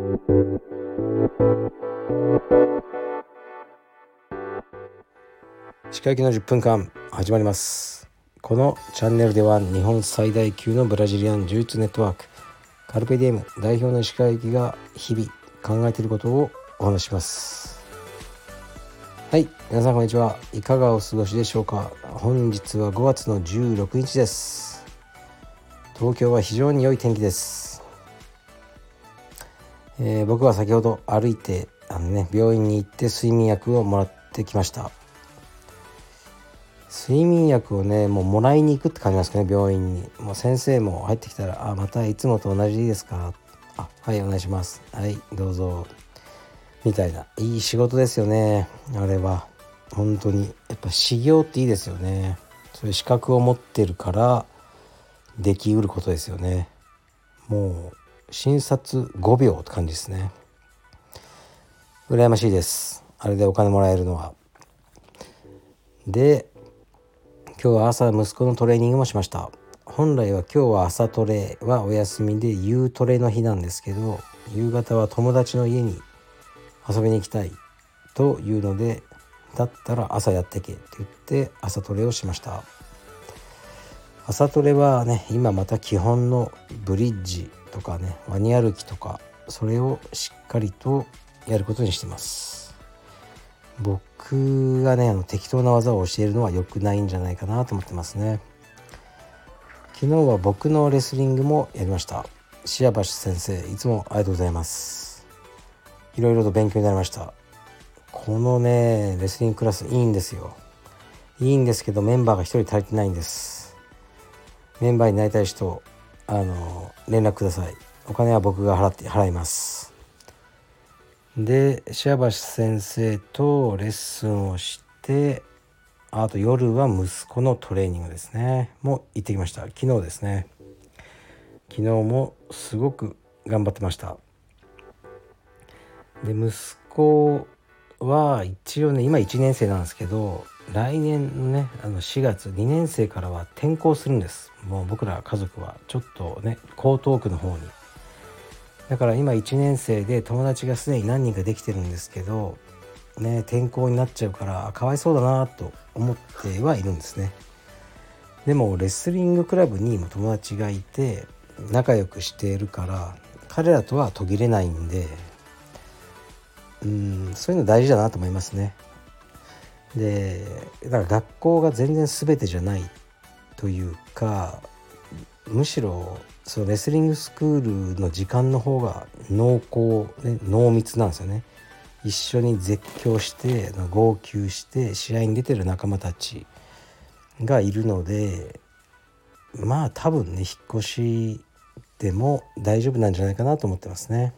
歯科医の10分間始まります。このチャンネルでは日本最大級のブラジリアン柔術ネットワークカルペディエム代表の歯科医が日々考えていることをお話します。はい、皆さんこんにちは。いかがお過ごしでしょうか。本日は5月の16日です。東京は非常に良い天気です。僕は先ほど歩いて病院に行って睡眠薬をもらってきました。睡眠薬をもうもらいに行くって感じなんですかね。病院にもう先生も入ってきたら、またいつもと同じでいいですか、はいお願いします、はいどうぞみたいな、いい仕事ですよね。あれは本当にやっぱ修行っていいですよね。そういう資格を持ってるからできうることですよね。もう診察5秒って感じですね。羨ましいです。あれでお金もらえるのは。で今日は朝息子のトレーニングもしました。本来は今日は朝トレはお休みで夕トレの日なんですけど、夕方は友達の家に遊びに行きたいというので、だったら朝やってけって言って朝トレをしました。朝トレは今また基本のブリッジとかワニ歩きとか、それをしっかりとやることにしてます。僕が適当な技を教えるのは良くないんじゃないかなと思ってますね。昨日は僕のレスリングもやりました。シアバシ先生、いつもありがとうございます。いろいろと勉強になりました。このレスリングクラスいいんですよ。いいんですけどメンバーが一人足りてないんです。メンバーになりたい人連絡ください。お金は僕が払います。でシアバシ先生とレッスンをして、あと夜は息子のトレーニングですねも行ってきました。昨日ですね。昨日もすごく頑張ってました。で息子は一応今1年生なんですけど、来年の4月2年生からは転校するんです。もう僕ら家族はちょっと江東区の方に、だから今1年生で友達がすでに何人かできてるんですけど転校になっちゃうからかわいそうだなと思ってはいるんですね。でもレスリングクラブにも友達がいて仲良くしているから彼らとは途切れないんで、そういうの大事だなと思いますね。でだから学校が全然全てじゃないというか、むしろそのレスリングスクールの時間の方が濃厚、濃密なんですよね。一緒に絶叫して号泣して試合に出てる仲間たちがいるので、多分引っ越しでも大丈夫なんじゃないかなと思ってますね。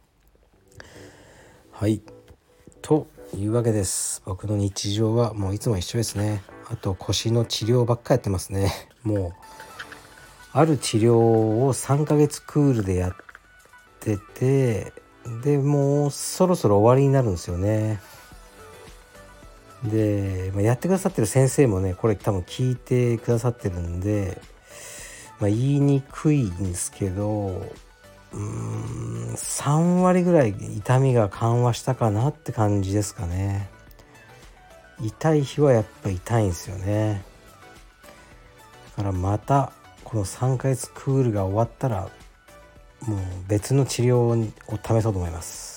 はいというわけです。僕の日常はもういつも一緒ですね。あと腰の治療ばっかやってますね。もうある治療を3ヶ月クールでやってて、でもうそろそろ終わりになるんですよね。で、やってくださってる先生もこれ多分聞いてくださってるんで、言いにくいんですけど、3割ぐらい痛みが緩和したかなって感じですかね。痛い日はやっぱ痛いんですよね。だからまたこの3ヶ月クールが終わったらもう別の治療を試そうと思います。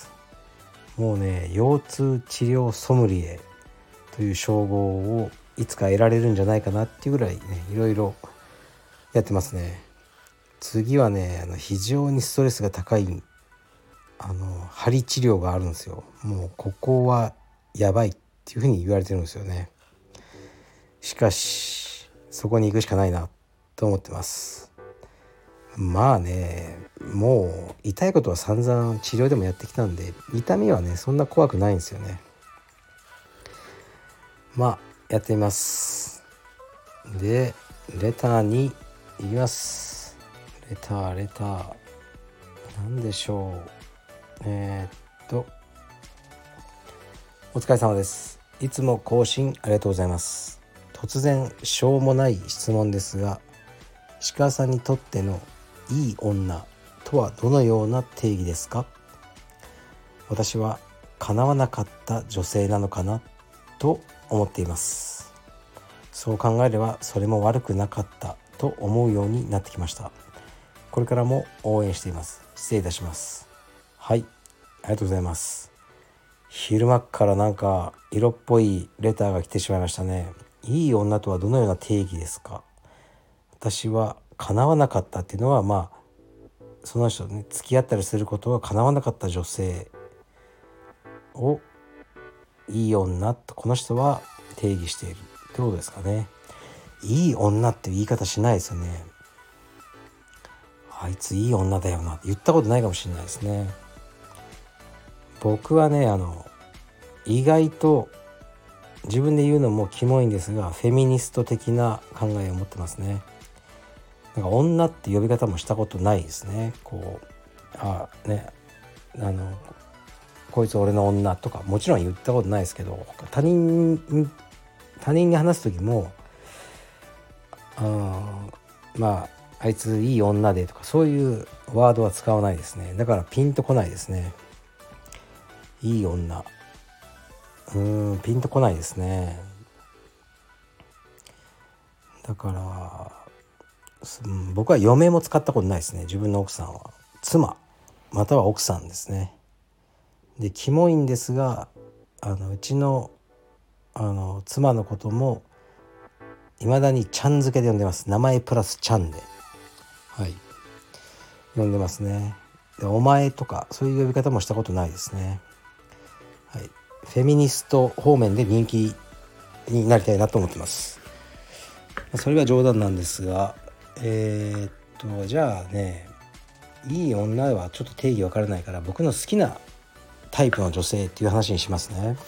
もう腰痛治療ソムリエという称号をいつか得られるんじゃないかなっていうぐらいいろいろやってますね。次は非常にストレスが高い鍼治療があるんですよ。もうここはやばいっていうふうに言われてるんですよね。しかしそこに行くしかないなと思ってます。もう痛いことは散々治療でもやってきたんで、痛みはそんな怖くないんですよね。やってみます。でレターに行きます。レターなんでしょう。お疲れ様です。いつも更新ありがとうございます。突然しょうもない質問ですが、石川さんにとってのいい女とはどのような定義ですか？ 私は叶わなかった女性なのかなと思っています。そう考えればそれも悪くなかったと思うようになってきました。これからも応援しています。失礼いたします。はい、ありがとうございます。昼間からなんか色っぽいレターが来てしまいましたね。いい女とはどのような定義ですか？私は叶わなかったっていうのは、その人ね、付き合ったりすることが叶わなかった女性をいい女とこの人は定義しているってことですかね。いい女って言い方しないですよね。あいついい女だよなって言ったことないかもしれないですね。僕はね、意外と自分で言うのもキモいんですが、フェミニスト的な考えを持ってますね。なんか女って呼び方もしたことないですね。こいつ俺の女とかもちろん言ったことないですけど、他人に話す時もあいついい女でとかそういうワードは使わないですね。だからピンとこないですね。いい女、ピンとこないですね。だから僕は嫁も使ったことないですね。自分の奥さんは妻または奥さんですね。でキモいんですが、うちの妻のことも未だにちゃん付けで呼んでます。名前プラスちゃんで、はい、呼んでますね。でお前とかそういう呼び方もしたことないですね。はい、フェミニスト方面で人気になりたいなと思ってます。それは冗談なんですが、じゃあね、いい女はちょっと定義分からないから、僕の好きなタイプの女性っていう話にしますね。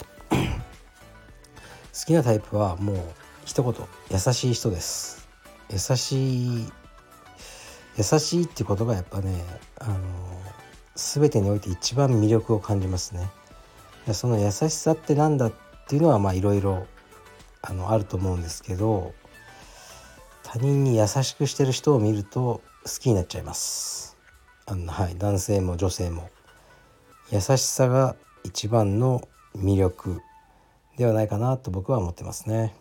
好きなタイプはもう一言、優しい人です。優しいっていうことがやっぱね、全てにおいて一番魅力を感じますね。その優しさってなんだっていうのはいろいろあると思うんですけど、他人に優しくしてる人を見ると好きになっちゃいます。男性も女性も優しさが一番の魅力ではないかなと僕は思ってますね。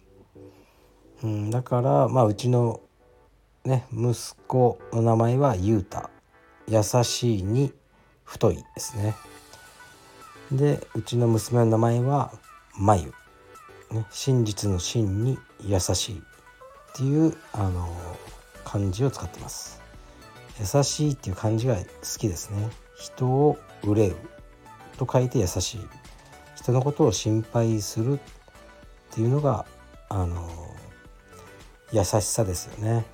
だからうちのね息子の名前はゆうた、優しいに太いですね。でうちの娘の名前はまゆ、真実の真に優しいっていう漢字を使ってます。優しいっていう漢字が好きですね。人を憂うと書いて優しい、人のことを心配するっていうのが優しさですよね。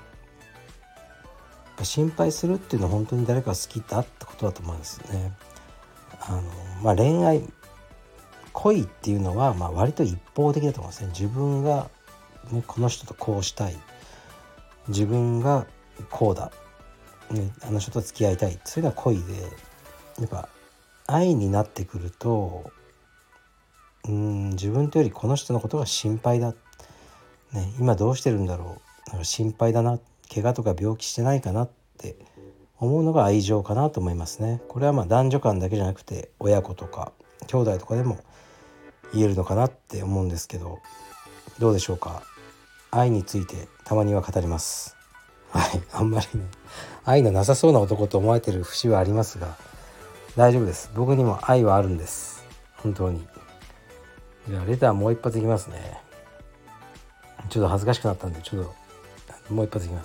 心配するっていうのは本当に誰か好きだってことだと思うんですよね。恋愛恋っていうのは割と一方的だと思うんですね。自分が、この人とこうしたい、自分がこうだ、あの人と付き合いたい、そういうのは恋で、やっぱ愛になってくると自分とよりこの人のことが心配だ、今どうしてるんだろう、心配だな、怪我とか病気してないかなって思うのが愛情かなと思いますね。これは男女間だけじゃなくて親子とか兄弟とかでも言えるのかなって思うんですけど、どうでしょうか。愛についてたまには語ります。あんまりね愛のなさそうな男と思われてる節はありますが、大丈夫です。僕にも愛はあるんです、本当に。じゃあレターもう一発いきますね。ちょっと恥ずかしくなったんでもう一発いきます。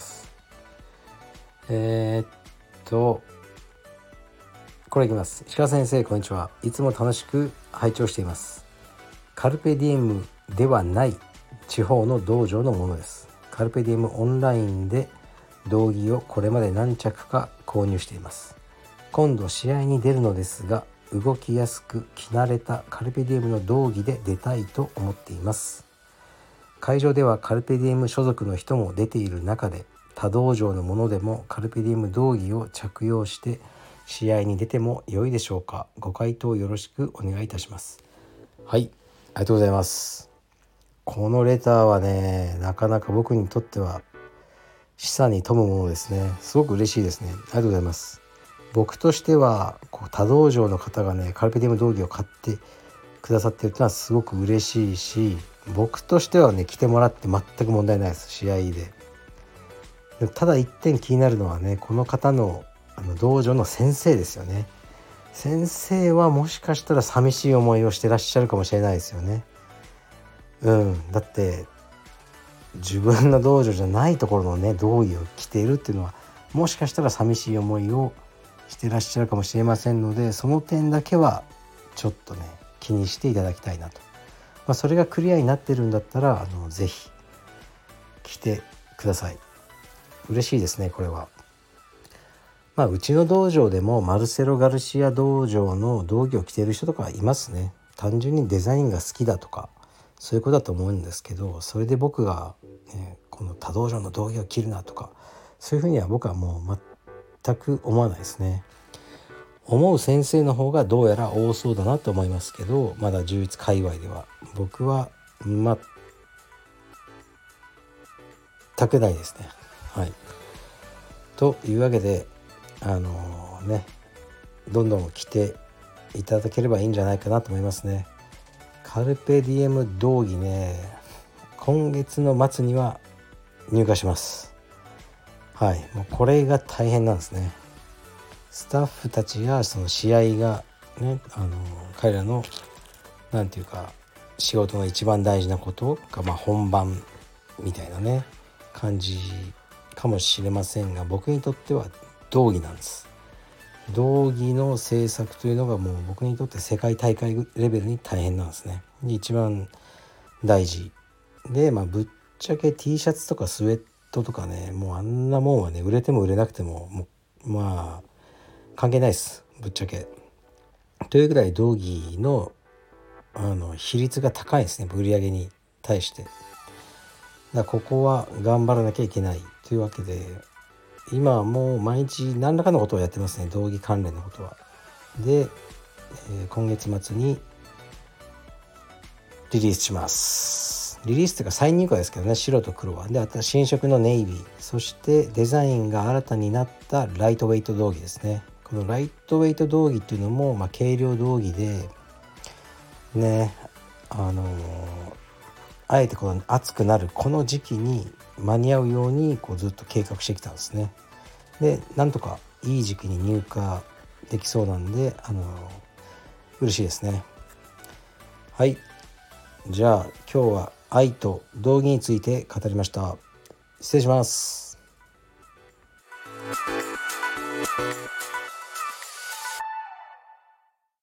これいきます。石川先生、こんにちは。いつも楽しく拝聴しています。カルペディエムではない地方の道場のものです。カルペディエムオンラインで道着をこれまで何着か購入しています。今度試合に出るのですが、動きやすく着慣れたカルペディエムの道着で出たいと思っています。会場ではカルペディエム所属の人も出ている中で、他道場のものでもカルペディエム道着を着用して試合に出ても良いでしょうか。ご回答よろしくお願いいたします。はい、ありがとうございます。このレターはね、なかなか僕にとっては示唆に富むものですね。すごく嬉しいですね。ありがとうございます。 僕としては他道場の方がねカルペディウム道着を買ってくださってるってのはすごく嬉しいし、僕としてはね着てもらって全く問題ないです、試合で。ただ一点気になるのはね、この方の道場の先生ですよね。先生はもしかしたら寂しい思いをしてらっしゃるかもしれないですよね。だって自分の道場じゃないところのね道着を着ているっていうのは、もしかしたら寂しい思いをしてらっしゃるかもしれませんので、その点だけはちょっとね気にしていただきたいなと。それがクリアになってるんだったらぜひ着てください。嬉しいですねこれは。うちの道場でもマルセロ・ガルシア道場の道着を着ている人とかいますね。単純にデザインが好きだとかそういうことだと思うんですけど、それで僕が、この他道場の道着を着るなとかそういうふうには僕はもう全く思わないですね。思う先生の方がどうやら多そうだなと思いますけど、まだ充実界隈では僕は全くないですね。はい。というわけでどんどん着ていただければいいんじゃないかなと思いますね。カルペディエム道着ね、今月の末には入荷します。はい、もうこれが大変なんですね。スタッフたちやその試合がね、彼らのなんていうか仕事の一番大事なことが本番みたいなね感じかもしれませんが、僕にとっては道着なんです。道着の制作というのがもう僕にとって世界大会レベルに大変なんですね。一番大事で、ぶっちゃけ T シャツとかスウェットとかね、もうあんなもんはね売れても売れなくても関係ないです、ぶっちゃけ。というぐらい道着の比率が高いですね、売り上げに対して。ここは頑張らなきゃいけないというわけで、今はもう毎日何らかのことをやってますね、道着関連のことは。で、今月末にリリースします。リリースというか再入荷ですけどね、白と黒は。で、あと新色のネイビー、そしてデザインが新たになったライトウェイト道着ですね。このライトウェイト道着っていうのも、軽量道着でね、あえてこの暑くなるこの時期に間に合うようにずっと計画してきたんですね。で、なんとかいい時期に入荷できそうなんで嬉しいですね。はい、じゃあ今日は愛と道着について語りました。失礼します。